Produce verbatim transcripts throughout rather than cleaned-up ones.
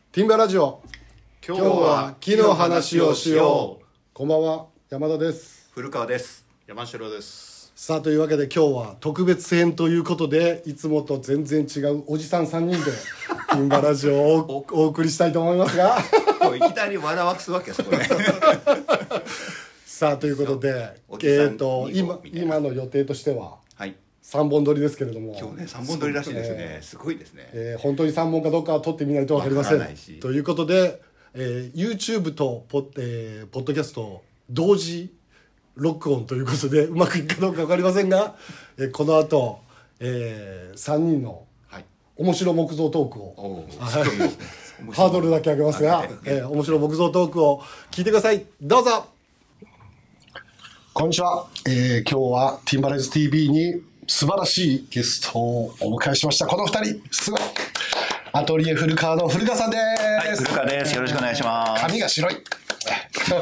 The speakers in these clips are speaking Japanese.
ティンバラジオ、今日は木の話をしよう。こんばんは、山田です。 古川です。 山城です。 さあ、というわけで今日は特別編ということで、いつもと全然違うおじさんさんにんでティンバラジオを お, お送りしたいと思いますがいきなり笑わすわけですこれさあ、ということで、えー、と 今, 今の予定としては、はい、さんぼん撮りですけれども、 今日ねさんぼん撮りらしいですね、えー、すごいですね、 えー、本当にさんぼんかどうかは撮ってみないと分かりませんということで、えー、YouTube とポッ、えー、ポッドキャストを同時録音ということでうまくいくかどうか分かりませんが、えー、この後、えー、さんにんの面白木造トークを、はい、ハードルだけ上げますが、えー、面白木造トークを聞いてください。どうぞ。こんにちは、えー、今日はティンバレーズ ティーブイ に素晴らしいゲストをお迎えしました。このふたりすごい、アトリエ古川の古川さんです。 はい、古川です。よろしくお願いします。 髪が白い本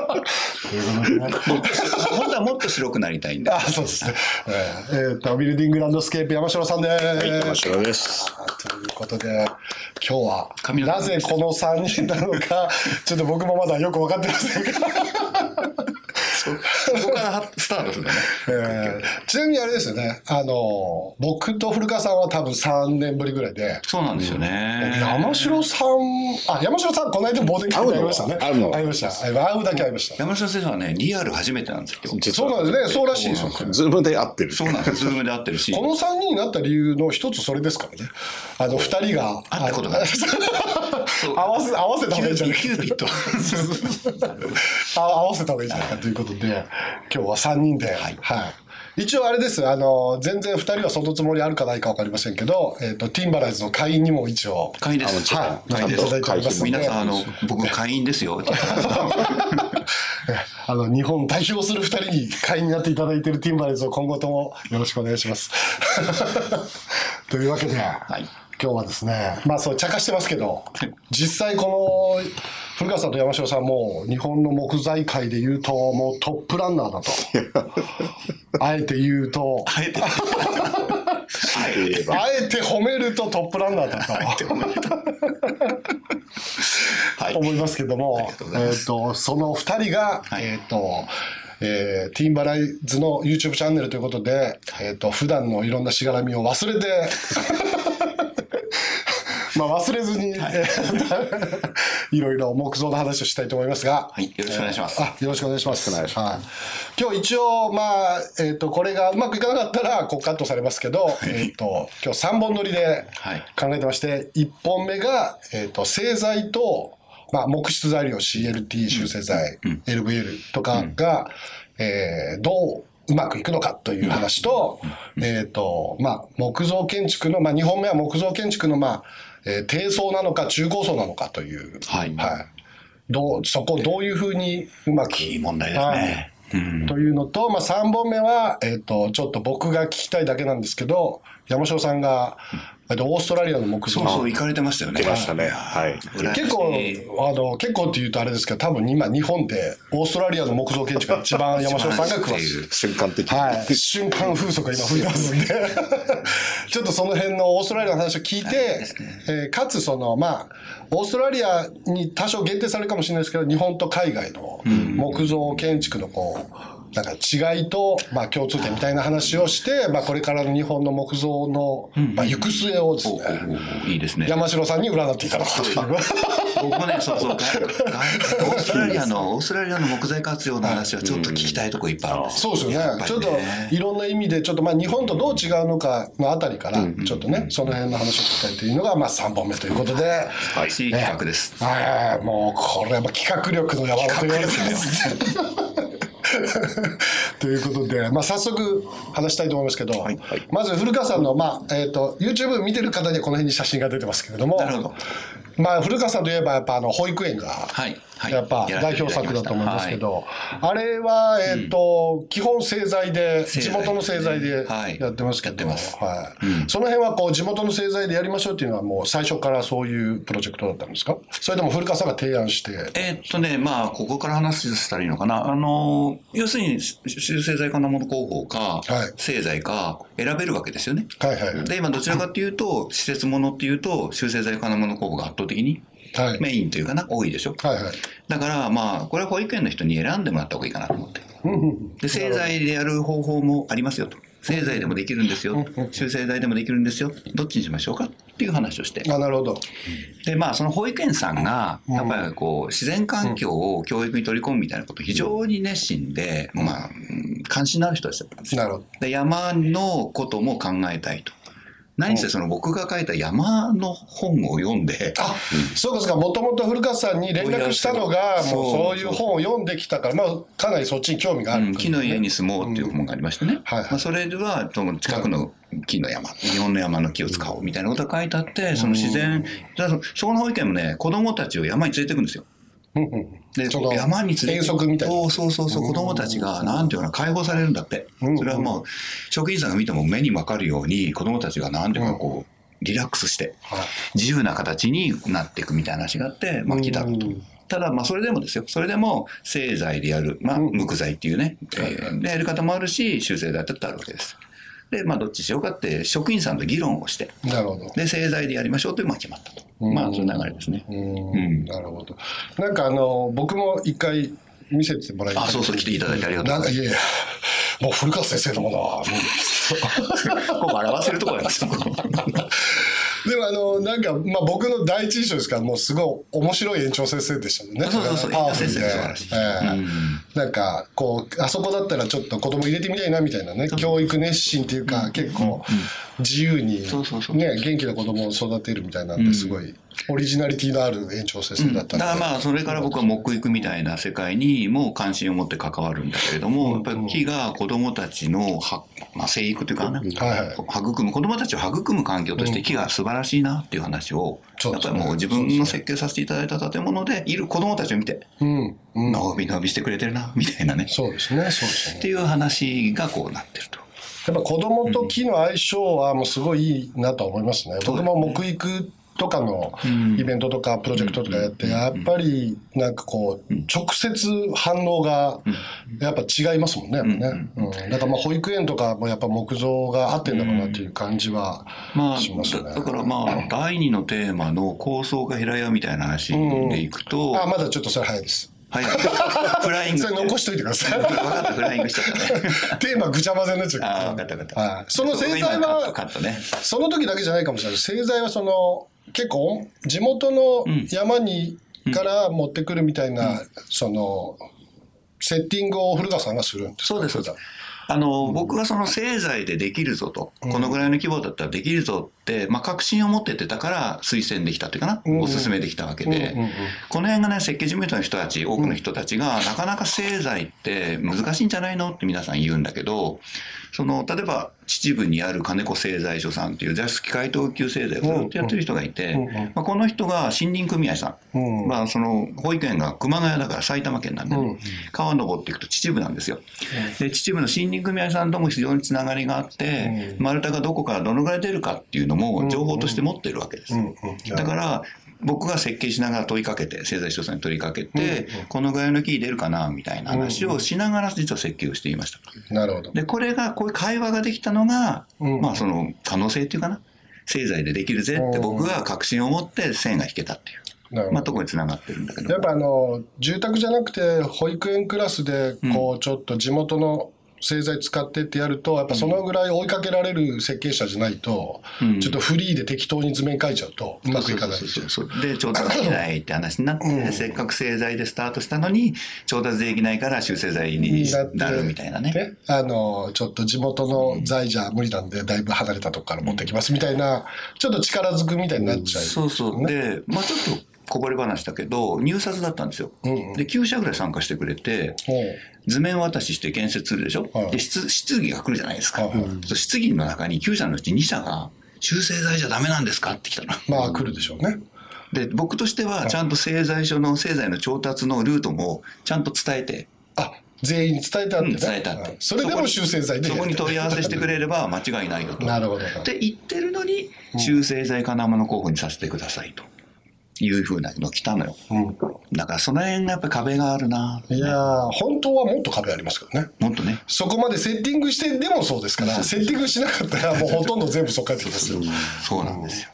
当はもっと白くなりたいんで。 あ、そうですね。えー、えー、とビルディングランドスケープ山城さんです。 はい、山城です。 ということで今日はなぜこのさんにんなのかちょっと僕もまだよく分かってませんがそ, そこからスタートするんだね、 えー、ちなみにあれですよね、あの僕と古川さんは多分さんねんぶりぐらいで。 そうなんですよね、 うん、山城さん、あ、山城さんこの間忘年会で会いましたね。 会うの会いました。会うだけ会いました。 山城先生はねリアル初めてなんですよ。 そうなんですね。そうらしいですよ。 ズームで会ってる。 そうなんです。ズームで会ってるし、 このさんにんになった理由の一つそれですからね。あのふたりが会ったことが合わせ合わせた方がいいんじゃないか。 キューピッド合わせた方がいいんじゃないかということで、今日はさんにんで、はいはい、一応あれです。あの全然ふたりはそのつもりあるかないか分かりませんけど、えー、とティンバライズの会員にも一応会員です。 はい、会員です。いただいておりますので、 皆さんあの僕会員ですよあの日本代表するふたりに会員になっていただいているティンバライズを今後ともよろしくお願いしますというわけで、はい、今日はですね、まあそう茶化してますけど、実際この古川さんと山城さんも日本の木材界でいうともうトップランナーだとあえて言うとあえてあえて褒めるとトップランナーだとはい、思いますけども、えー、とそのふたりが、はい、えーとえー、ティンバライズの YouTube チャンネルということで、えー、と普段のいろんなしがらみを忘れてまあ忘れずに、はい、いろいろ木造の話をしたいと思いますが、 はい、よろしくお願いします。 えー、あ、よろしくお願いします。はい、今日一応、まあえー、とこれがうまくいかなかったらこうカットされますけど、はい、えー、と今日さんぼん撮りで考えてまして、はい、いっぽんめが、えー、と製材と、まあ、木質材料 シーエルティー 集成材、うん、エルブイエル とかが、うん、えー、どううまくいくのかという話と、うん、えーとまあ、木造建築の、まあ、にほんめは木造建築の、まあえー、低層なのか中高層なのかという、はいはい、どうそこをどういうふうにうまくいい問題ですね、 うん、というのと、まあ、さんぼんめは、えーと、ちょっと僕が聞きたいだけなんですけど、山城さんがオーストラリアの木造、 そうそう行かれてましたよね。 行きましたね、はい、 結構あの結構っていうとあれですけど、多分今日本でオーストラリアの木造建築が一番山城さんが詳しい瞬間的、 はい、瞬間風速が今吹いてますんでちょっとその辺のオーストラリアの話を聞いて、はい、えー、かつそのまあオーストラリアに多少限定されるかもしれないですけど、日本と海外の木造建築のこうなんか違いと、まあ、共通点みたいな話をして、まあ、これからの日本の木造の、まあ、行く末をですね、 いいですね、 山城さんに占っていただくという僕もね、そうそうオーストラリアのオーストラリアの木材活用の話はちょっと聞きたいところいっぱいあるんですよ。 そうですよね、ちょっといろんな意味でちょっとまあ日本とどう違うのかのあたりからちょっとね、その辺の話を聞きたいというのがまあさんぼんめということで、 はい、企画です。 はい、もうこれは企画力の山本よりですねということで、まあ、早速話したいと思いますけど、はいはい、まず古川さんの、まあえー、と YouTube 見てる方にはこの辺に写真が出てますけれども、 なるほど、 まあ、古川さんといえばやっぱあの保育園がやっぱ代表作だと思いますけど、あれは、えーとうん、基本製材で地元の製材でやってますけど、はいはいうん、その辺はこう地元の製材でやりましょうっていうのはもう最初からそういうプロジェクトだったんですか？それとも古川さんが提案して。 えーっとねまあここから話したらいいのかな、あの要するに集成材金物工法か、はい、製材か選べるわけですよね、はいはいはい、で今どちらかっていうと施設物っていうと集成材金物工法が圧倒倒的に、はい、メインというかな多いでしょ、はいはい、だからまあこれは保育園の人に選んでもらった方がいいかなと思ってで製剤でやる方法もありますよと製剤でもできるんですよ集成剤でもできるんですよどっちにしましょうかっていう話をしてあなるほどでまあその保育園さんがやっぱりこう自然環境を教育に取り込むみたいなこと非常に熱心でまあ関心のある人たちだったんですよ。なるほどで山のことも考えたいと何せその僕が書いた山の本を読んであ、うん、そうかそうかもともと古川さんに連絡したのがもうそういう本を読んできたからまあかなりそっちに興味がある、 うん、木の家に住もうっていう本がありましてね、うんはいはいまあ、それでは近くの木の山日本の山の木を使おうみたいなことが書いてあってその自然その保育園もね子供たちを山に連れてくんですよで山に連れて遠足みたいなそうそうそうそう子供たちがなんていうかな解放されるんだってそれはもう職員さんが見ても目に分かるように子供たちがなんていうかこうリラックスして自由な形になっていくみたいな話があってまあ聞いたことただまあそれでもですよそれでも製剤でやるまあ無垢剤っていうねえーでやり方もあるし集成剤だってあるわけですでまあどっちしようかって職員さんと議論をしてなるほどで製剤でやりましょうというまあ決まったとまあそういう流れですね。 うんうん、なるほど。なんかあの僕も一回見せてもらいたい。 あそうそう来ていただいてありがとうございます。 いやいやもう古川先生のものはこう笑わせるところなんですよ。 でもあのなんかまあ僕の第一印象ですからもうすごい面白い園長先生でしたね。 そうそうそう。 パワフルで、えーうん、なんかこうあそこだったらちょっと子供入れてみたいなみたいなね教育熱心っていうか、うん、結構自由にね元気な子供を育てるみたいなんですごい。オリジナリティのある園長先生だったんで、うん、だからまあそれから僕は木育みたいな世界にも関心を持って関わるんだけれども、うん、やっぱり木が子どもたちのは、まあ、生育というかな、うんはいはい、育む子どもたちを育む環境として木が素晴らしいなっていう話を、うん、やっぱりもう自分の設計させていただいた建物でいる子どもたちを見て、うんうん、伸び伸びしてくれてるなみたいなねそうですねそうですねっていう話がこうなってると。 やっぱ子どもと木の相性はもうすごいいいなと思いますね、うん、僕も木育とかのイベントとかプロジェクトとかやってやっぱりなんかこう直接反応がやっぱ違いますもんねやっぱね、うん、だからまあ保育園とかもやっぱ木造が合ってんだろうなっていう感じはしますね、 まあ、だからまあだいにのテーマの構想が平屋みたいな話でいくと、 うん、あまだちょっとそれ早いですはい、フライングそれ残しといてください。 分かったフライングしちゃったね。 テーマぐちゃ混ぜになっちゃう。 ああ分かった分かった。 はい、その製材はカット、ね、その時だけじゃないかもしれない。製材はその結構地元の山にから持ってくるみたいな、うん、そのセッティングを古川さんがするんですか。 そうですそうです。あの、うん、僕はその製剤でできるぞと、うん、このぐらいの規模だったらできるぞって、まあ、確信を持っててたから推薦できたっていうかな、うん、お勧めできたわけで、うんうんうん、この辺がね設計事務所の人たち多くの人たちが、うん、なかなか製剤って難しいんじゃないのって皆さん言うんだけどその例えば秩父にある金子製材所さんっていう座敷解凍級製剤をずっとやってる人がいて、うんうんまあ、この人が森林組合さん、うんまあ、その保育園が熊谷だから埼玉県なんで、ねうん、川登っていくと秩父なんですよ、うん、で秩父の森林組合さんとも非常につながりがあって、うん、丸太がどこからどのぐらい出るかっていうのも情報として持ってるわけです、うんうん、だから僕が設計しながら問いかけて製材所さんに問いかけて、うんうん、このぐらいの木出るかなみたいな話をしながら実は設計をしていました、 うん、なるほど。 でこれがこういう会話ができたのが、うん、まあその可能性っていうかな製材でできるぜって僕が確信を持って線が引けたっていうまあところにつながってるんだけどやっぱあの住宅じゃなくて保育園クラスでこうちょっと地元の製材使ってってやるとやっぱそのぐらい追いかけられる設計者じゃないと、うん、ちょっとフリーで適当に図面描いちゃうとうまくいかないですよ。 で調達できないって話になって、うん、せっかく製材でスタートしたのに調達できないから集成材になるみたいなね。 であのちょっと地元の材じゃ無理なんでだいぶ離れたとこから持ってきますみたいなちょっと力ずくみたいになっちゃう、ね、 そうそうでまあちょっとこぼれ話だけど入札だったんですよ、うんうん、できゅうしゃぐらい参加してくれて図面渡しして建設するでしょ、はい、で 質, 質疑が来るじゃないですか、はいはい、質疑の中にきゅう社のうちに社が集成材じゃダメなんですかって来たの。 まあ来るでしょうね。 で僕としてはちゃんと製材所の製材の調達のルートもちゃんと伝えてあ全員に伝えてあってね、うん、 伝えてあって、 はい、それでも修正剤でそこに問い合わせしてくれれば間違いないよとなるほどって言ってるのに修正剤金物候補にさせてくださいという風なの来たのよ、うん、だからその辺がやっぱり壁があるな。 いや本当はもっと壁ありますからね。 もっとねそこまでセッティングしてでもそうですからセッティングしなかったらもうほとんど全部そっかってきますよ、うん、 そうなんですよ。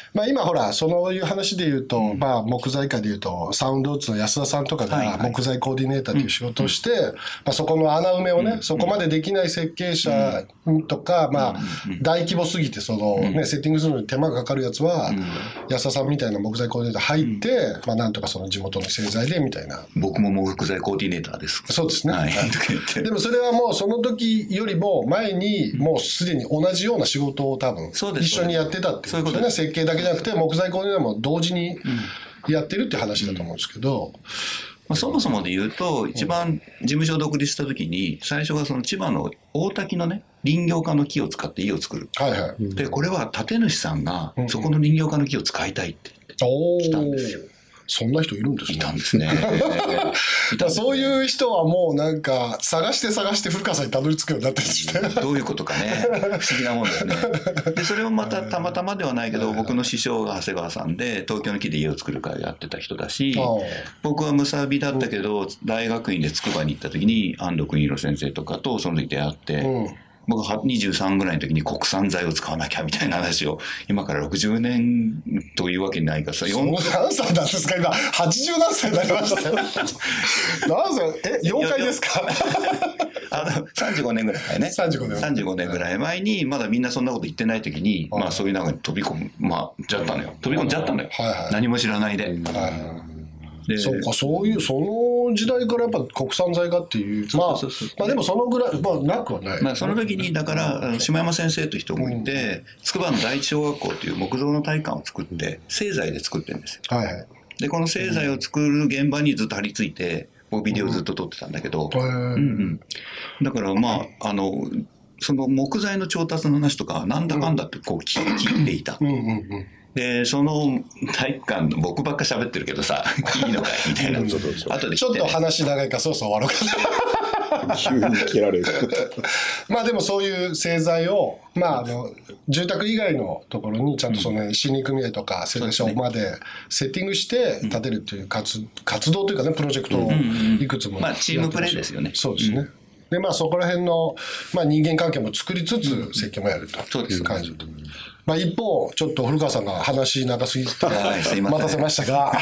まあ、今ほらそういう話で言うと、うん、まあ、木材界で言うとサウンドウッズの安田さんとかが木材コーディネーターという仕事をして、はいはい、まあ、そこの穴埋めをね、うん、そこまでできない設計者とか、うん、まあ、大規模すぎてその、ね、セッティングするのに手間がかかるやつは、うん、安田さんみたいな木材コーディネーター入って、うん、まあ、なんとかその地元の製材でみたいな。 僕も木材コーディネーターです。 そうですね、 はい、 でもそれはもうその時よりも前にもうすでに同じような仕事を多分一緒にやってたっていうことですね。設計だけじゃなくて木材コーディネーターも同時にやってるって話だと思うんですけど、うん、 まあ、そもそもで言うと一番事務所を独立した時に最初がその千葉の大滝のね林業家の木を使って家を作る、はいはい、でこれは建主さんがそこの林業家の木を使いたいって言って来たんですよ。 そんな人いるんですね。 いたんですね。 そういう人はもうなんか探して探して古川さんにたどり着くようになってるんですね。 どういうことかね、不思議なもんですね。でそれをまたたまたまではないけど、僕の師匠が長谷川さんで東京の木で家を作る会をやってた人だし、僕はむさびだったけど、うん、大学院で筑波に行った時に安藤邦弘先生とかとその時出会って、うん、僕はにじゅうさんぐらいの時に国産材を使わなきゃみたいな話を今からろくじゅうねんというわけにないからさ、 その何歳なんですか今はちじゅう何歳になりましたよ。何歳え妖怪ですか。 あのさんじゅうごねんぐらい前ねさんじゅうごねんさんじゅうごねんぐらい前にまだみんなそんなこと言ってない時に、まあそういう中に飛び込むまあじゃったのよ飛び込んじゃったのよ、はいはい、何も知らないで、はいはい、でそうか、そういうその時代からやっぱ国産材がっていう、まあ、まあでもそのぐらい、まあ、なくはない、 まあ、その時にだからあの下山先生という人もいて、筑波の第一小学校という木造の体育館を作って製材で作ってるんですよ、はいはい、でこの製材を作る現場にずっと張り付いてビデオをずっと撮ってたんだけど、うんうんうん、だからまああのその木材の調達の話とかなんだかんだってこう聞いていた、うんうんうん、でその体育館の僕ばっか喋ってるけどさいいのかいみたいな、うん、後でちょっと話長いからそうそう終わろうか急に切られるまあでもそういう製材を、まあ、あの住宅以外のところにちゃんとその森林組合とか製材所までセッティングして建てるっていう活、活動というかねプロジェクトをいくつも、 まあチームプレーですよね。 そうですね、うん、でまあそこら辺の、まあ、人間関係も作りつつ設計もやるという感じ、うん、まあ、一方ちょっと古川さんが話長すぎて待たせましたが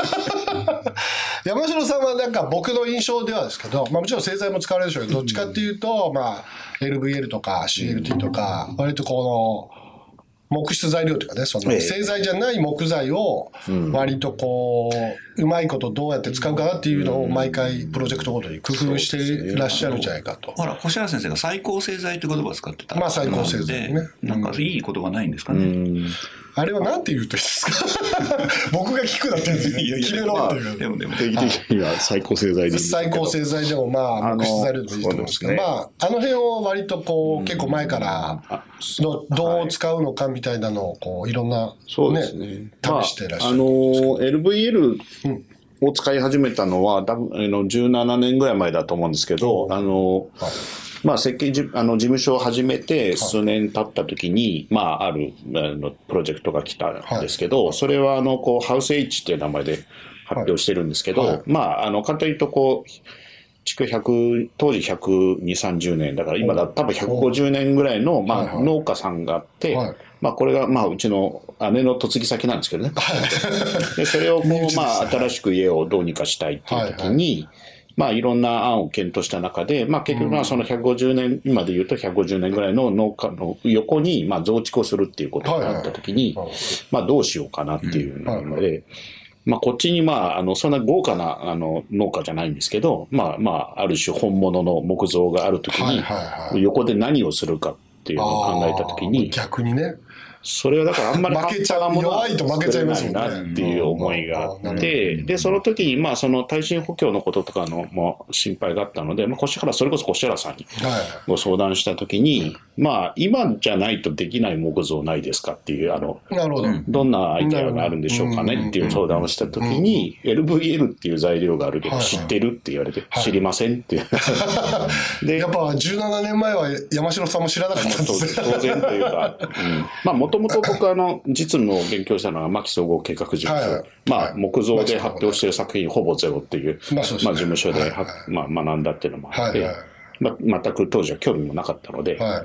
山城さんはなんか僕の印象ではですけど、まあ、もちろん製材も使われるでしょうけどどっちかっていうと、まあ、エルブイエル とか シーエルティー とか割とこの木質材料というかねその製材じゃない木材を割とこううまいことどうやって使うかなっていうのを毎回プロジェクトごとに工夫していらっしゃるんじゃないかと。 ほら星原先生が最高製材という言葉を使ってた。 まあ最高製材ね。 なんかいい言葉ないんですかね。うんあれはなんて言うといいですか僕が聞くなって決めろっていう、まあ、でもでも定義的には最高製材でいい最高製材でもまあ木質材料でもいいと思うんですけど、ね、まああの辺を割とこう結構前からのどう使うのかみたいなのをこういろんな、ね、 そうですね、 試してらっしゃる、 まあ、あの エルブイエル を使い始めたのは多分じゅうななねんぐらい前だと思うんですけど、あの、はいまあ、設計じあの事務所を始めて数年経った時に、はいまあ、あるあのプロジェクトが来たんですけど、はい、それはあのこうハウス H っていう名前で発表してるんですけど、はいはい、まあ、あの簡単に言うとこう築ひゃく当時ひゃくにじゅう、さんじゅうねんだから今だ多分ひゃくごじゅうねんぐらいの、まあ、農家さんがあって、はいまあ、これがまあうちの姉の嫁ぎ先なんですけどねでそれをこう、まあ、新しく家をどうにかしたいっていう時に、はいはいまあ、いろんな案を検討した中で、まあ、結局まあそのひゃくごじゅうねん、今で言うとひゃくごじゅうねんぐらいの農家の横にまあ増築をするっていうことになった時に、まあどうしようかなっていうので、まあこっちにまああのそんな豪華なあの農家じゃないんですけど、まあまあある種本物の木造がある時に横で何をするかっていうのを考えた時に、 逆にね。 それはだからあんまり負けちゃうものは作れないなっていう思いがあって、でその時にまあその耐震補強のこととかのも心配があったので、まあ、越原それこそ越原さんにご相談した時に、まあ今じゃないとできない木造ないですかっていうあのなるほどどんなアイデアがあるんでしょうかねっていう相談をした時に エルブイエル っていう材料があるけど知ってるって言われて、知りませんってでやっぱじゅうななねんまえは山城さんも知らなかったんです当然というか、うん、まあもともと僕はあの実務を勉強したのは牧総合計画事務所、はいはい、まあ木造で発表している作品ほぼゼロっていう、まあそうですね、まあ事務所で、はいはい、まあ、学んだっていうのもあって、はいはい、まあ、全く当時は興味もなかったので、はい、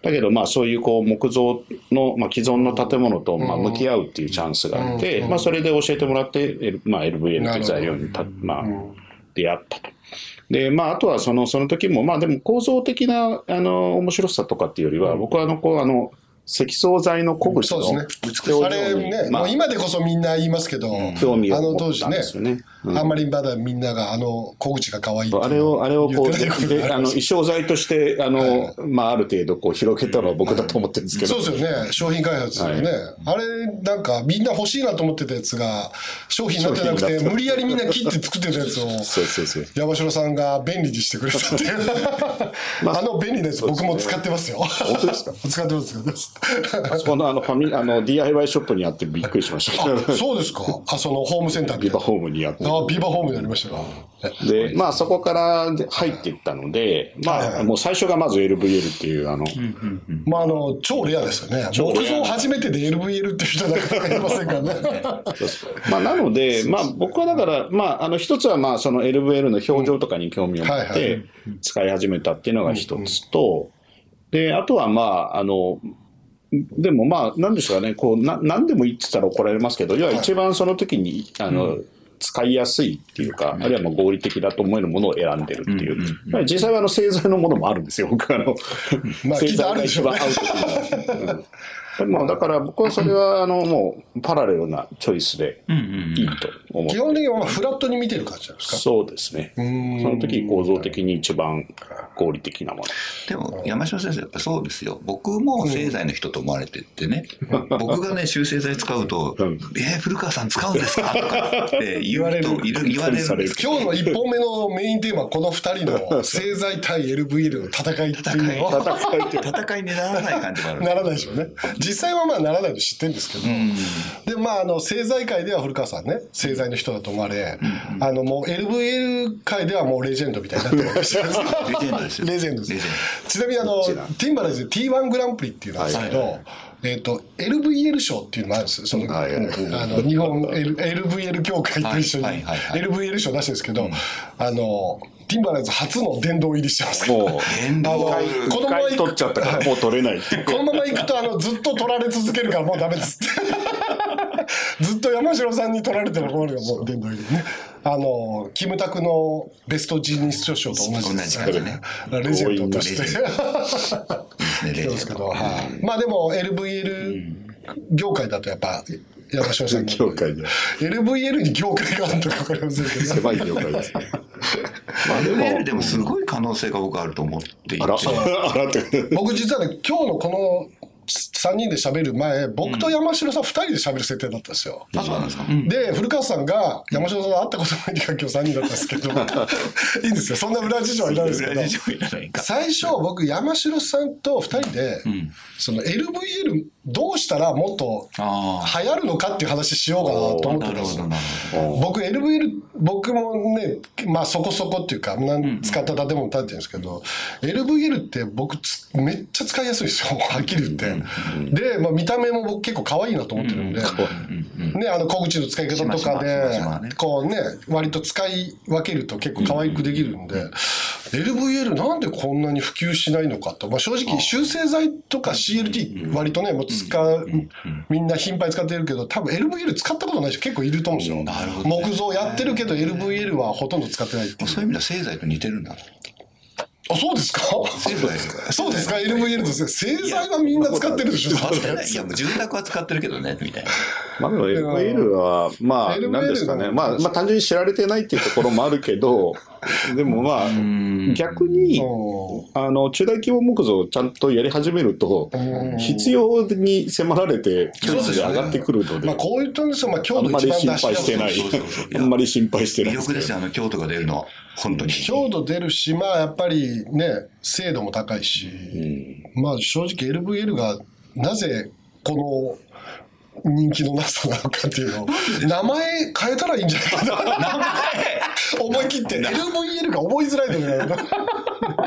だけどまあそういうこう木造の、まあ、既存の建物とまあ向き合うっていうチャンスがあって、うん、まあ、それで教えてもらって、L まあ、エルブイエル という材料にた、まあ、出会ったと。でまあ、あとはそのその時も、まあ、でも構造的なあの面白さとかっていうよりは、僕はあのこうあの積層材の小口の美しさ、あれね、まあ、もう今でこそみんな言いますけど、興味を持ったんですよね。あの当時ね、うん、あんまりまだみんながあの小口が可愛いっていうあれをあれをこうであの衣装材としてあの、はい、まあ、ある程度こう広げたのは僕だと思ってるんですけど、 はい、そうですよね、商品開発ですよね、はい、あれなんかみんな欲しいなと思ってたやつが商品になってなくて無理やりみんな切って作ってたやつをそうそうそう山城さんが便利にしてくれたっていうまあ、あの便利なやつ僕も使ってますよ。 本当ですか？ 使ってます使ってますあそこのあのファミあの ディーアイワイ ショップにあってびっくりしました。 あ、そうですか。あ、そのホームセンタービバホームにあって。 あ、ビバホームにありましたか。 で、まあそこから入っていったので、まあ、はいはい、もう最初がまず エルブイエル っていうあの、うんうんうん、 まああの超レアですよね。木造初めてで エルブイエル っていう人だからいませんからね。 まあなので、まあ僕はだからまああの一つはまあその エルブイエル の表情とかに興味を持って使い始めたっていうのが一つと、であとはまああのでもまあ何でしょうかね、こうな何でもいいって言ったら怒られますけど、要は一番その時にあの、うん、使いやすいっていうか、あるいはまあ合理的だと思えるものを選んでるっていう、うんうん、実際はあの製材のものもあるんですよ、僕あの、 まあ、製材が一番合うというのは。でもだから僕はそれはあのもうパラレルなチョイスでいいと思って、 基本的にはフラットに見てる感じなんですか？ そうですね。その時構造的に一番合理的なもの。 でも山城先生やっぱそうですよ。僕も製材の人と思われてってね、うん、僕がね修正剤使うと、うん、えー、古川さん使うんですかとかって言われる言われるんです。 今日のいっぽんめのメインテーマはこのふたりの製材対 エルブイエル の戦いっていうの戦い戦いにならない感じもある。 ならないでしょうね。実際はまあならないの知ってるんですけど、うん、でまああの製材界では古川さんね製材の人だと思われ、うん、あのもう エルブイエル 界ではもうレジェンドみたいになってました。 レジェンドですよ。 レジェンドです。ちなみにあのティンバライズ ティーワン グランプリっていうのなんですけど、はいはい、えーと、エルブイエル 賞っていうのもあるんですよ。その、はいはいはい、あの日本 エルブイエル 協会と一緒に エルブイエル 賞出してるんですけど、うん、あのティンバライズ初の殿堂入りしてますから。もう殿堂このまま取っちゃったからもう取れないってこのまま行くとあのずっと取られ続けるからもうダメですってずっと山城さんに取られてる困るがもう殿堂入りね。あのキムタクのベストジーニスト賞と同じですからね。レジェンドとしてそうですけど、はい、まあでも エルブイエル 業界だとやっぱ山城さん業界でエルブイエル に業界があるとか分かりませんけど狭い業界ですね。 まあでもでもすごい可能性が僕あると思っていて、あら僕実はね今日のこのさんにんで喋る前、僕と山城さんふたりで喋る設定だったんですよ。 あ、そうなんですか。 で古川さんが山城さんと会ったことないから今日さんにんだったんですけどいいんですよ、そんな裏事情はいらないですけど最初僕山城さんとふたりで、うん、その エルブイエル どうしたらもっと流行るのかっていう話しようかなと思ってるんですよ。僕 エルブイエル 僕もねまあそこそこっていうか使った建物建ててるんですけど、うん、エルブイエル って僕めっちゃ使いやすいですよはっきり言って、うんで、まあ、見た目も僕結構可愛いなと思ってるんで、うんね、あの小口の使い方とかでこうね割と使い分けると結構可愛くできるんで、うん、エルブイエル なんでこんなに普及しないのかと、まあ、正直修正剤とか シーエルティー 割とねもう使うみんな頻繁に使ってるけど多分 エルブイエル 使ったことない人結構いると思うんですよ、うんね、木造やってるけど エルブイエル はほとんど使ってないっていう。 そういう意味では製剤と似てるんだ。 あ、そうですか。そうですか。エルブイエル ですね。製材はみんな使ってるでしょ。 いや、もう住宅は使ってるけどね、みたいな。 まあでも エルブイエル は、まあ、なんですかね。まあ、まあ単純に知られてないっていうところもあるけど、でもまあ、逆に、あの、中大規模木造をちゃんとやり始めると、必要に迫られて、強度で上がってくるので。 まあこういったんですよ。まあ強度一番出しやすい。 あんまり心配してない。 魅力ですよ、あの強度が出るのは。本当に。 強度出るし、まあやっぱりね、精度も高いし、うん、まあ正直 エルブイエル がなぜこの人気のなさなのかっていうのを名前変えたらいいんじゃないかな。名前思い切って エルブイエル が覚えづらいと思う。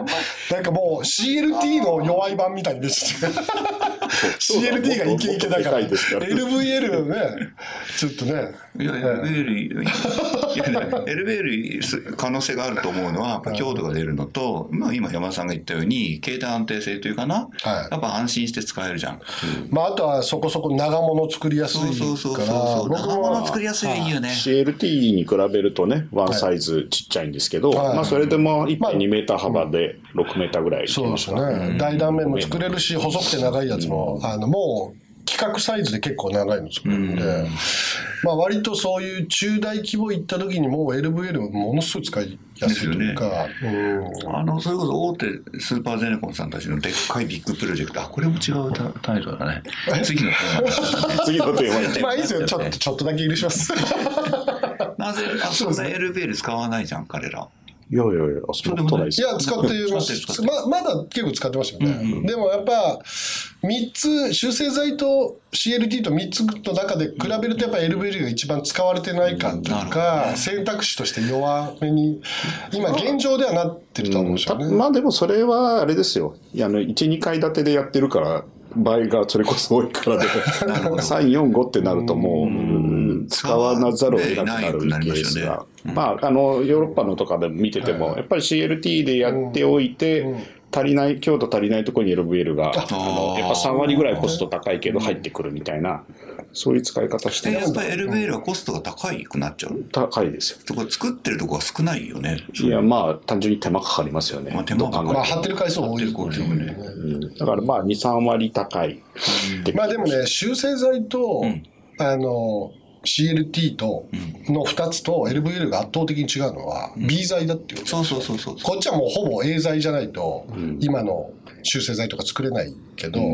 なんかもう シーエルティー の弱い版みたいに見せてシーエルティー がイケイケだから エルブイエル ねちょっとねいや エルブイエル いや エルブイエル 可能性があると思うのはやっぱ強度が出るのと、まあ、今山田さんが言ったように携帯安定性というかな、はい、やっぱ安心して使えるじゃん、 まあ、あとはそこそこ長物作りやすいからそうそうそうそう長物作りやすいいいよね。 シーエルティー に比べるとねワンサイズちっちゃいんですけど、はいまあ、それでも いってんにメーター幅でろくメーターぐらい、うん、 そうですね、うん、大断面も作れるし細くて長いやつも、うん、あのもう規格サイズで結構長いの作れるんで、うんまあ、割とそういう中大規模行った時にもう エルブイエル ものすごい使いやすいというか、ねうん、あのそれこそ大手スーパーゼネコンさんたちのでっかいビッグプロジェクト、あこれも違うタイトルだね次のテーマ、ね、 次のテーマまあいいですよ、ちょっとちょっとだけ許しますなぜあそんな エルブイエル 使わないじゃん彼ら。 いやいやいや、そんなことないですよ。いや、使ってます。ま、まだ結構使ってますよね。うんうん、でもやっぱ、みっつ、集成剤と シーエルティー とみっつの中で比べるとやっぱ エルブイエル が一番使われてないかというか、選択肢として弱めに、今現状ではなってると思うんですよね。 うん、まあでもそれはあれですよ。あの、いち、にかい建てでやってるから、倍がそれこそ多いからで、さん、よん、ごってなるともう、うん使わなざるを得なくなるケースが。まあ、あの、ヨーロッパのとかで見てても、やっぱり シーエルティー でやっておいて、足りない、強度足りないところに エルブイエル が、あの、やっぱさんわりぐらいコスト高いけど入ってくるみたいな、そういう使い方してる。やっぱり エルブイエル はコストが高いくなっちゃう？ 高いですよ。 これ作ってるとこは少ないよね。 いや、まあ、単純に手間かかりますよね。 まあ、手間かかる。 まあ、貼ってる回数多いですよね。 うん、だからまあ、に、さんわり高い。 うん、まあでもね、集成剤と、うん、あの、シーエルティー とのふたつと エルブイエル が圧倒的に違うのは B 剤だっていう、うん、 そうそうそうそう。 こっちはもうほぼ A 剤じゃないと今の集成剤とか作れないけど、うん、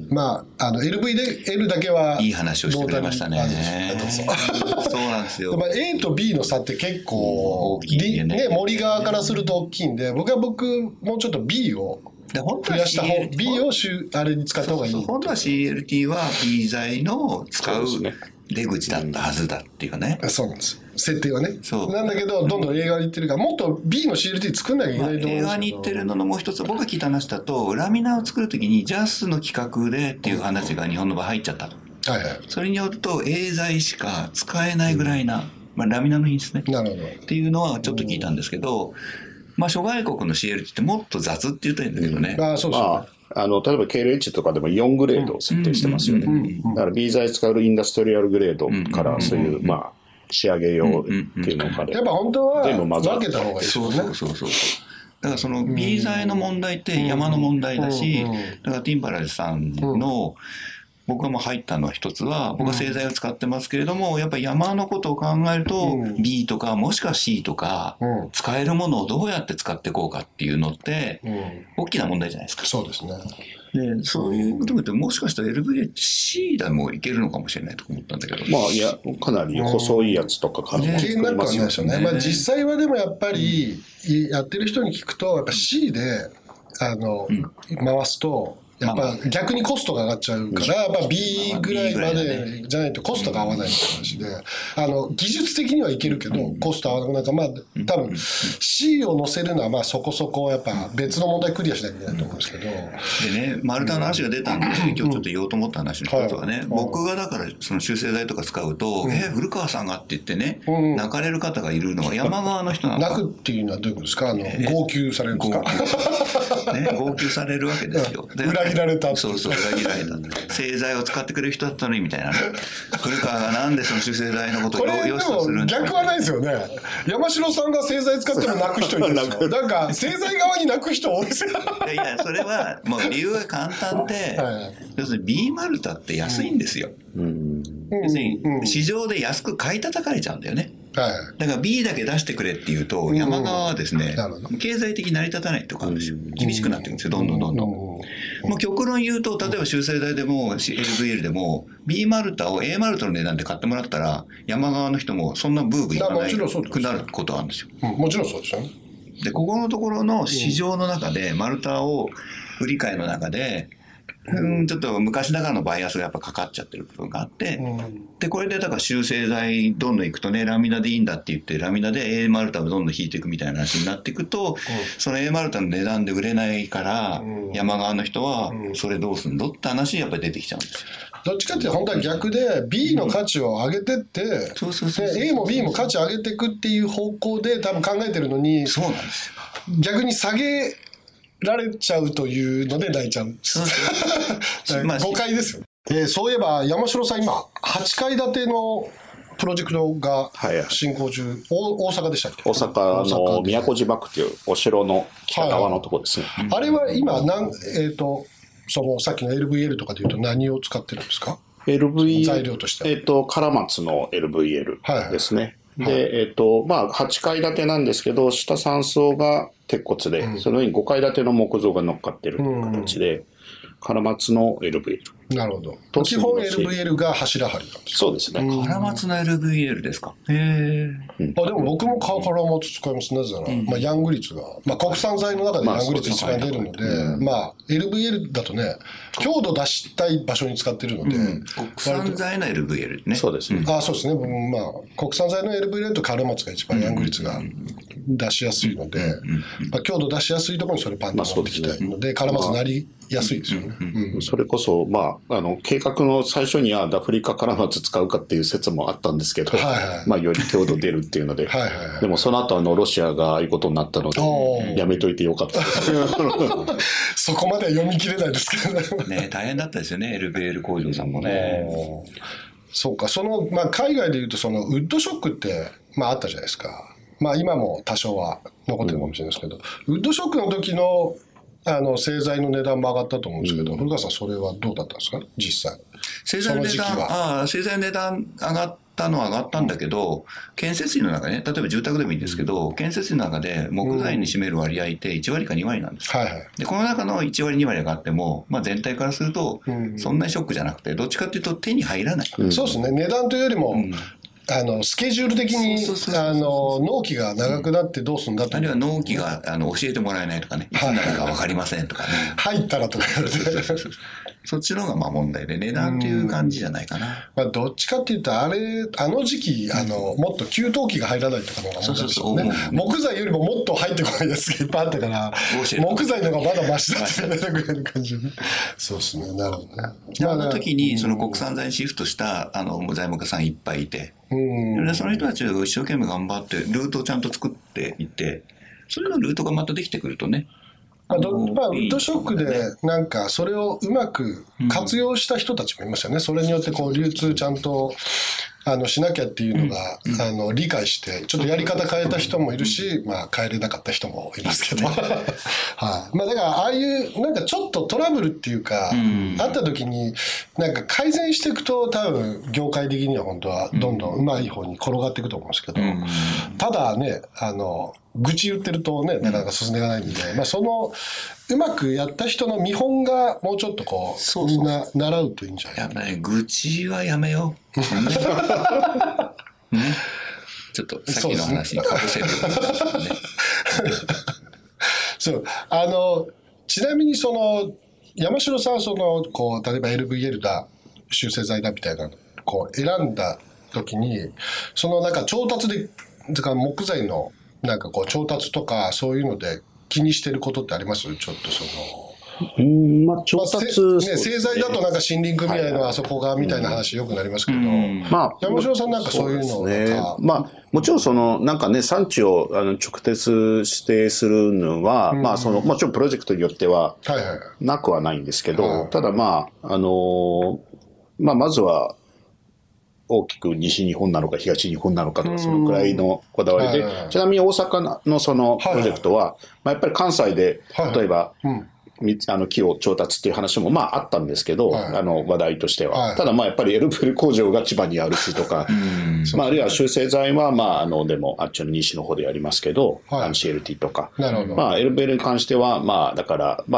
まああの エルブイエル だけはいい話をしてくれましたね。そうなんですよ。 まあ A と B の差って結構、うん、大きいね、ね、森側からすると大きいんで、僕は僕もうちょっと B を増やした方 B をあれに使った方がいい。そうそう本当は シーエルティー は B 剤の使う出口だったはずだっていうかね。 そうなんですよ。設定はね。そうなんだけどどんどん映画に行ってるからもっと B の シーエルティー 作んなきゃいけないと思うんですけど、 まあ、映画に行ってるののもう一つ僕が聞いた話だとラミナを作るときにジャスの企画でっていう話が日本の場合入っちゃったと、はいはい、それによると A 剤しか使えないぐらいな、まあ、ラミナの品質ねなるほどっていうのはちょっと聞いたんですけど、まあ諸外国の シーエルティー ってもっと雑って言ったらいいんだけどね、 うん、あそうそう、 まああの例えば ケーエルエイチ とかでもよんグレードを設定してますよね。だから B 剤使うインダストリアルグレードからそういうまあ仕上げ用っていうのかでやっぱ本当は分けた方がいいですよね。 そうそうそうそうだからその B 剤の問題って山の問題だし、だからティンバラルさんの僕がもう入ったの一つは僕は製剤を使ってますけれども、やっぱり山のことを考えると B とかもしくは C とか使えるものをどうやって使っていこうかっていうのって大きな問題じゃないですか。 そうですね。 でそういうことでもしかしたら エルブイエルシー でもいけるのかもしれないと思ったんだけど、 まあいやかなり細いやつとかからも作りますよね。 まあ実際はでもやっぱりやってる人に聞くとやっぱ C であの回すとやっぱ逆にコストが上がっちゃうから、やっぱ B ぐらいまでじゃないとコストが合わないって話で、あの技術的にはいけるけどコスト合わなくなんかまあ多分 C を乗せるのはまあそこそこやっぱ別の問題クリアしなきゃいけないと思うんですけど、 でね丸太の話が出たんで今日ちょっと言おうと思った話の一つはね、僕がだからその修正剤とか使うとえ古川さんがって言ってね泣かれる方がいるのは山側の人なのか。 泣くっていうのはどういうことですか。あの号泣されるんですか。 ね号泣されるわけですよ。 裏切られた。 そうそう裏切られた。製剤を使ってくれる人だったのにみたいなね。古川がなんでその修正剤のことを良しとするんだ。 逆はないですよね。山城さんが製剤使っても泣く人いるんですよ。なんか製剤側に泣く人多いですよ。 いやそれはもう理由が簡単で、はい、要するに B マルタって安いんですよ。うん、要するに市場で安く買い叩かれちゃうんだよね。はい、だから B だけ出してくれっていうと山側はですね、うん、経済的に成り立たないとかあるんですよ。厳しくなってるんですよどんどんどんどん。もう極論言うと例えば修正剤でも エルブイエル でも B マルタを A マルタの値段で買ってもらったら山側の人もそんなブーブーいかないくなることはあるんですよ。 うん、もちろんそうですよね。 でここのところの市場の中でマルタを売り買いの中でうん、ちょっと昔ながらのバイアスがやっぱかかっちゃってる部分があって、うん、でこれでだから修正剤どんどんいくとねラミナでいいんだって言ってラミナで A マルタをどんどん引いていくみたいな話になっていくと、うん、その A マルタの値段で売れないから、うん、山側の人はそれどうすんのって話やっぱり出てきちゃうんですよ。 どっちかっていうと本当は逆で B の価値を上げてって、うん、A も B も価値を上げていくっていう方向で多分考えてるのに、 そうなんですよ。 逆に下げられちゃうというので泣いちゃう。誤解ですよ、えー、そういえば山城さん今はちかい建てのプロジェクトが進行中、はい、大阪でしたっけ？ 大阪の宮古島区というお城の北側のところですね、 はいはい、あれは今なん、えーとそのさっきの エルブイエル とかでいうと何を使ってるんですか？ エルブイエル材料としては、 えーと唐松の エルブイエル ですね、はいはい、で、えーとまあ、はちかい建てなんですけど下さん層が鉄骨で、うん、その上にごかい建ての木造が乗っかってるという形で、うん、唐松の エルブイエル。 なるほど。基本 エルブイエル が柱張りなんですか？ そうですね。 唐松の エルブイエル ですか。へえ、 うん。あ、でも僕も唐松使います。なぜなら、うん、まあ、ヤング率が、まあ、国産材の中でヤング率一番出るので、まあ、まあ、エルブイエル だとね、強度出したい場所に使ってるので、うん、 国産材の エルブイエル ね。 そうですね。 あ、そうですね。まあ、国産材の エルブイエル と唐松が一番ヤング率が出しやすいので、まあ、強度出しやすいところにそれパンと持ってきたいので、唐松になりやすいですよね。 うん、それこそ、まあ、あの、計画の最初にはダフリカ唐松使うかっていう説もあったんですけど、はいはい、まあ、より強度出るっていうので、はいはいはい、でもその後あのロシアがああいうことになったので、やめといてよかったです。 そこまでは読み切れないですけどね。ね、大変だったですよね、エルブイエル 工場さんもね。 そうか、その、まあ、海外でいうとそのウッドショックって、まあ、あったじゃないですか。まあ、今も多少は残ってるかもしれないですけど、うん、ウッドショックの時のあの製材の値段も上がったと思うんですけど、うん、古川さんそれはどうだったんですか実際？ 製材の値段、ああ、製材の値段上がったのは上がったんだけど、建設費の中ね、例えば住宅でもいいんですけど、建設費の中で木材に占める割合っていちわりかにわりなんです、うんはいはい、でこの中のいちわりにわり上がっても、まあ、全体からするとそんなにショックじゃなくて、どっちかっていうと手に入らない、 うん、そうですね、値段というよりも、うん、あのスケジュール的に納期が長くなってどうするんだって、 あるいは納期があの教えてもらえないとかね、いつになるか分かりませんとかね、 入ったらとか言われてそっちの方がまあ問題で、値段っていう感じじゃないかな。 まあ、どっちかっていうとあれあの時期あのもっと給湯器が入らないとかのが問題でしょうね。木材よりももっと入ってこないやつがいっぱいあったから木材の方がまだマシだって言われたぐらいの感じでそうですね。なるほどね。 まあ、あの時にその国産材にシフトしたあの材木家さんいっぱいいて、うん、その人たちが一生懸命頑張ってルートをちゃんと作っていって、それのルートがまたできてくるとね、 まあどまあ、ウッドショックでなんかそれをうまく活用した人たちもいますよね、うん、それによってこう流通ちゃんとあのしなきゃっていうのが、うん、あの理解してちょっとやり方変えた人もいるし、まあ、変えれなかった人もいますけど、はいまあ、だからああいうなんかちょっとトラブルっていうか、うん、あった時になんか改善していくと多分業界的には本当はどんどんうまい方に転がっていくと思うんですけど、うん、ただねあの愚痴言ってるとねなかなか進んでいかないんで、まあ、そのうまくやった人の見本がもうちょっとこうそうそうみんな習うといいんじゃないやっぱね愚痴はやめよう、ね、ちょっとさっきの話にかぶせるようなねそうあのちなみにその山城さんはそのこう例えば エルブイエル だ修正材だみたいなこう選んだ時にそのなんか調達でだから木材のなんかこう調達とかそういうので気にしてることってあります？ちょっとそのうんまあ調達、まあね、製材だとなんか森林組合のあそこがみたいな話よくなりますけど、うんまあ、山城さんなんかそういうのそうですね、まあもちろんそのなんかね産地をあの直接指定するのは、うん、まあそのもちろんプロジェクトによってはなくはないんですけど、はいはい、ただまああのまあまずは大きく西日本なのか東日本なのかとかそのくらいのこだわりで、はいはい、ちなみに大阪のそのプロジェクトは、はいはいまあ、やっぱり関西で例えば、はいはいうんあの木を調達っていう話もまああったんですけど、はい、あの話題としては、はい、ただまあやっぱりエルブイエル工場が千葉にあるしとかまあ、あるいは修正材はまああのでもあっちの西の方でやりますけど、はい、シーエルティー とか、なるほどまあ、エルブイエルに関してはまあだからまあ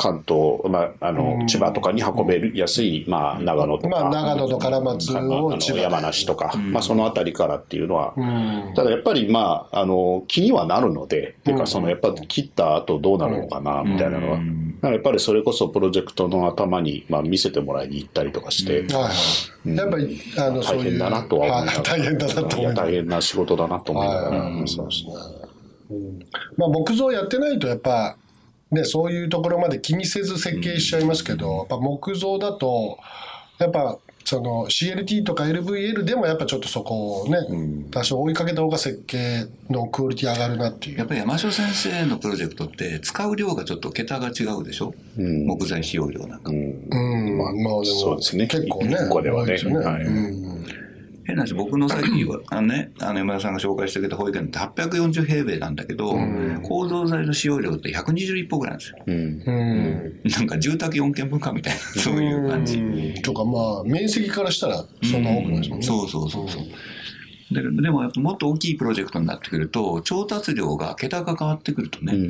関東、まあ、あの千葉とかに運べやすい、まあ、長野とか、 まあ、長野と唐松を千葉、 山梨とか、まあ、その辺りからっていうのは、ただやっぱり、まあ、あの気にはなるので、っていうかそのやっぱ切った後どうなるのかなみたいなのは、やっぱりそれこそプロジェクトの頭に、まあ、見せてもらいに行ったりとかして、うん、 やっぱりあの大変だなとは思いながら、 大変だなと思いながら、 大変な仕事だなと思いながら、うん、 そうですね。うん、まあ、木造やってないとやっぱ、ね、そういうところまで気にせず設計しちゃいますけど、やっぱ木造だとやっぱその シーエルティー とか エルブイエル でもやっぱちょっとそこをね、うん、多少追いかけた方が設計のクオリティ上がるなっていう。 やっぱり山椒先生のプロジェクトって使う量がちょっと桁が違うでしょ、うん、木材使用量なんか、うん、 うん、まあ、まあ、でもそうですね、結構ね、 ここではね、 ね、はい、うん、 変な話、僕の先はあの、ね、あの山田さんが紹介してくれた保育園ってはっぴゃくよんじゅう平米なんだけど、うん、構造材の使用量ってひゃくにじゅう立方ぐらいなんですよ、うんうん、なんか住宅よんけんぶんかみたいな、そういう感じ、 うん、とか、まあ面積からしたらそんな多くないですもんね、 うん、そうそうそうそう、で, でももっと大きいプロジェクトになってくると調達量が桁が変わってくるとね、うん、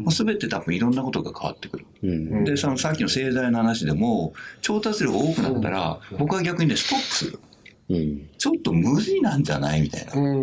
もう全て多分いろんなことが変わってくる、うん、でそのさっきの製材の話でも調達量が多くなったら、うん、僕は逆にねストップする、うん、ちょっと無理なんじゃないみたいな、うん、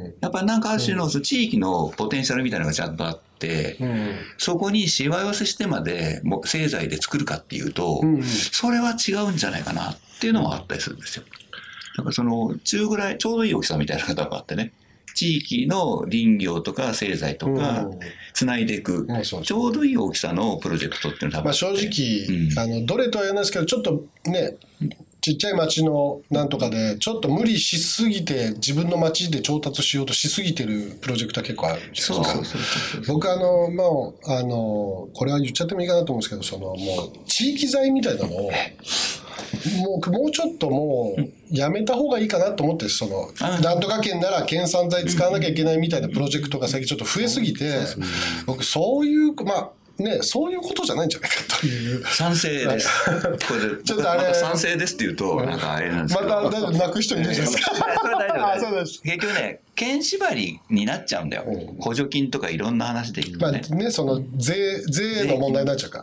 やっぱりなんかある種の地域のポテンシャルみたいなのがちゃんとあって、うん、そこにしわ寄せしてまで製材で作るかっていうと、うん、それは違うんじゃないかなっていうのもあったりするんですよ。だからその中ぐらいちょうどいい大きさみたいな方があってね、地域の林業とか製材とかつないでいく、うん、ちょうどいい大きさのプロジェクトっていうのは多分、 まあ、正直、うん、あのどれとは言わないですけどちょっとねちっちゃい町のなんとかでちょっと無理しすぎて自分の町で調達しようとしすぎてるプロジェクトは結構あるんですよ。僕あのもうあのこれは言っちゃってもいいかなと思うんですけど、そのもう地域財みたいなのをもうもうちょっともうやめた方がいいかなと思って、そのなんとか県なら県産材使わなきゃいけないみたいなプロジェクトが最近ちょっと増えすぎて、僕そういうまあね、そういうことじゃないんじゃないかという。 賛成です。これちょっとあれ、ま、賛成ですって言うとなんかあれなんですけど、 また大丈夫泣く人いるじゃないですか。 それは大丈夫。あ、そうです。結局ね、県縛りになっちゃうんだよ、うん、補助金とかいろんな話でいくとね、 まあね、その税税の問題になっちゃうから。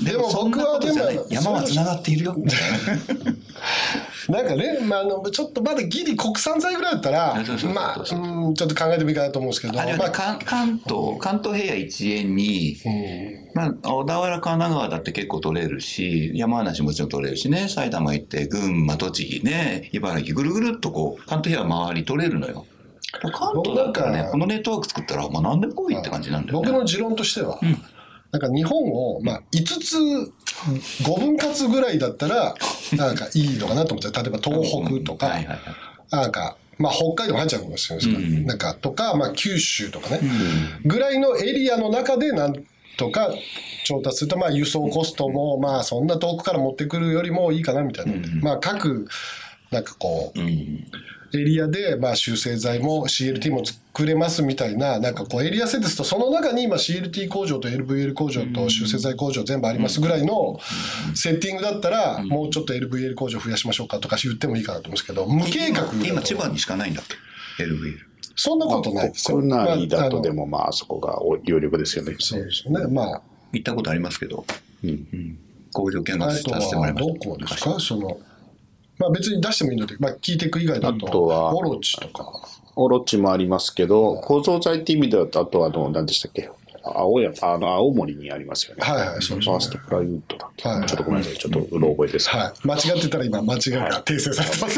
でも僕はでも山はつながっているよみたいな。 なんかね、まあ、あのちょっとまだギリ国産材ぐらいだったらまあうんちょっと考えてもいいかなと思うんですけど、 あれは、ね、まあ、関東関東平野一円に、うんまあ、小田原神奈川だって結構取れるし、山梨もちろん取れるしね、埼玉行って群馬栃木ね茨城ぐるぐるっとこう関東平野周り取れるのよ。関東だったらねこのネットワーク作ったら、まあ、何でも来いって感じなんだよね。 僕の持論としては、うん、なんか日本を、まあ、いつつごぶん割ぐらいだったらなんかいいのかなと思って、例えば東北とか、はいはいはい、なんか、まあ、北海道も入っちゃうかもしれないですけど、うん、なんかとか、まあ、九州とかね、うん、ぐらいのエリアの中でなんとか調達すると、まあ、輸送コストも、まあ、そんな遠くから持ってくるよりもいいかなみたいな、うん、まあ、各なんかこう、うん、エリアで、まあ、集成材も シーエルティー も作れますみたいな、なんかこうエリアセットするとその中に今 シーエルティー 工場と エルブイエル 工場と集成材工場全部ありますぐらいのセッティングだったら、もうちょっと エルブイエル 工場増やしましょうかとか言ってもいいかなと思うんですけど、無計画今、今千葉にしかないんだっけ エルブイエル。 そんなことないですよ。 国内だとでもまあそこが有力ですよね。 そうですよね。まあ行ったことありますけど、うんうん、工場見学させてもらいました。 どこですか？そのまあ別に出してもいいので、まあ聞いていく以外だと、あとはオロチとか。 オロチもありますけど、構造材っていう意味では、あとはあの何でしたっけ？青やあの青森にありますよね。 はいはい、そうですね。 ファーストプライウッドだっけ、はい、ちょっとごめんなさい、ちょっとうろ覚えです。 はい。間違ってたら今間違いが訂正されてます。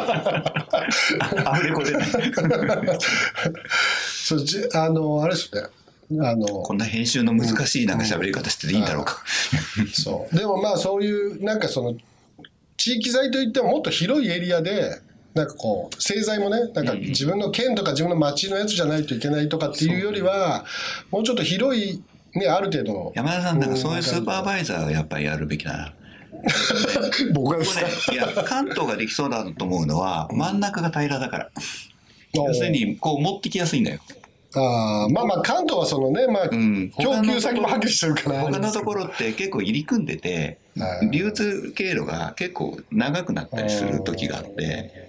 あれこれね。 そうじあのあれですね。あのこんな編集の難しいなんか喋り方してていいんだろうか。 うんうん、そう。でもまあそういうなんかその地域材といってももっと広いエリアで。なんかこう製材もね、なんか自分の県とか自分の町のやつじゃないといけないとかっていうよりは、もうちょっと広いね、ある程度。 山田さんなんかそういうスーパーバイザーをやっぱりやるべきだな。 僕がですか？ ね、いや関東ができそうだと思うのは真ん中が平らだから。要するにこう持ってきやすいんだよ。 あまあまあ関東はそのね、まあ、うん、供給先もはっきりしてるから他のところって結構入り組んでて流通経路が結構長くなったりする時があって、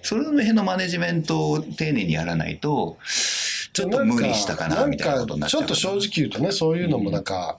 それの辺のマネジメントを丁寧にやらないとちょっと無理したかなみたいなことになっちゃう。 ちょっと正直言うとね、そういうのもなんか、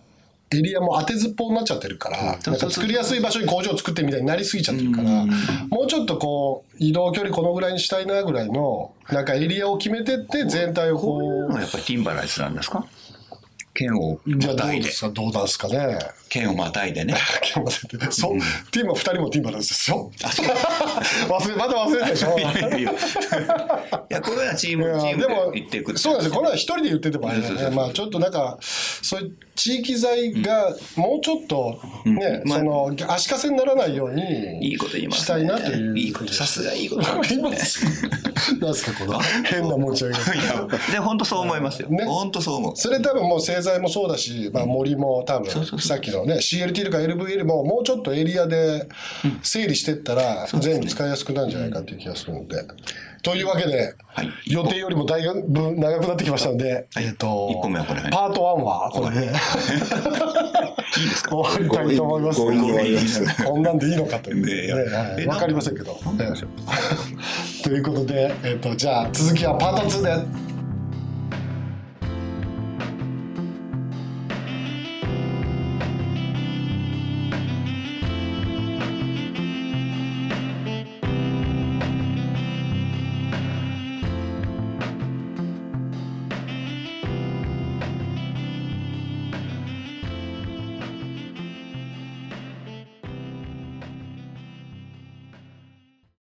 エリアも当てずっぽうになっちゃってるから、なんか作りやすい場所に工場を作ってみたいになりすぎちゃってるから、もうちょっとこう移動距離このぐらいにしたいなぐらいのなんかエリアを決めてって全体をこう。 こういうのはやっぱりティンバライスなんですか？県をまたいで。 じゃあどうなんですかね。 県をまたいでね。 県をまたいで。そう、ティンバふたりもティンバライスですよ。忘れまだ忘れてでしょ。いやいやこれはチームチームで言っていく。 そうなんですよ。これは一人で言っててもあれだね。まあちょっとなんかそういう地域財がもうちょっとね、その足かせにならないようにいいこと言いますしたいなという。 いいこと。さすがいいこと言います。なんですかこの変な持ち上げ。 で本当そう思いますよ。本当そう思う。 それ多分もう製材もそうだし、まあ森も多分さっきのね シーエルティー とか エルブイエル ももうちょっとエリアで整理してったら全部使いやすくなるんじゃないかっていう気がするので。というわけで、はい、予定よりもだいぶ長くなってきましたので、はい、えっと、 いっぽんめはこれ、ね、 パートワンはこれで、いいですか？終わりたいと思います。こんなんでいいのかというね、はい、分かりませんけど。ということで、えっと、じゃあ続きはパートツーで。